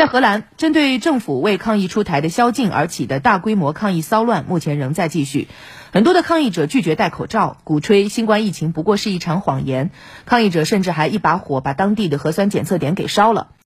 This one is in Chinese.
在荷兰，针对政府为抗议出台的宵禁而起的大规模抗议骚乱，目前仍在继续。很多的抗议者拒绝戴口罩，鼓吹新冠疫情不过是一场谎言。抗议者甚至还一把火把当地的核酸检测点给烧了。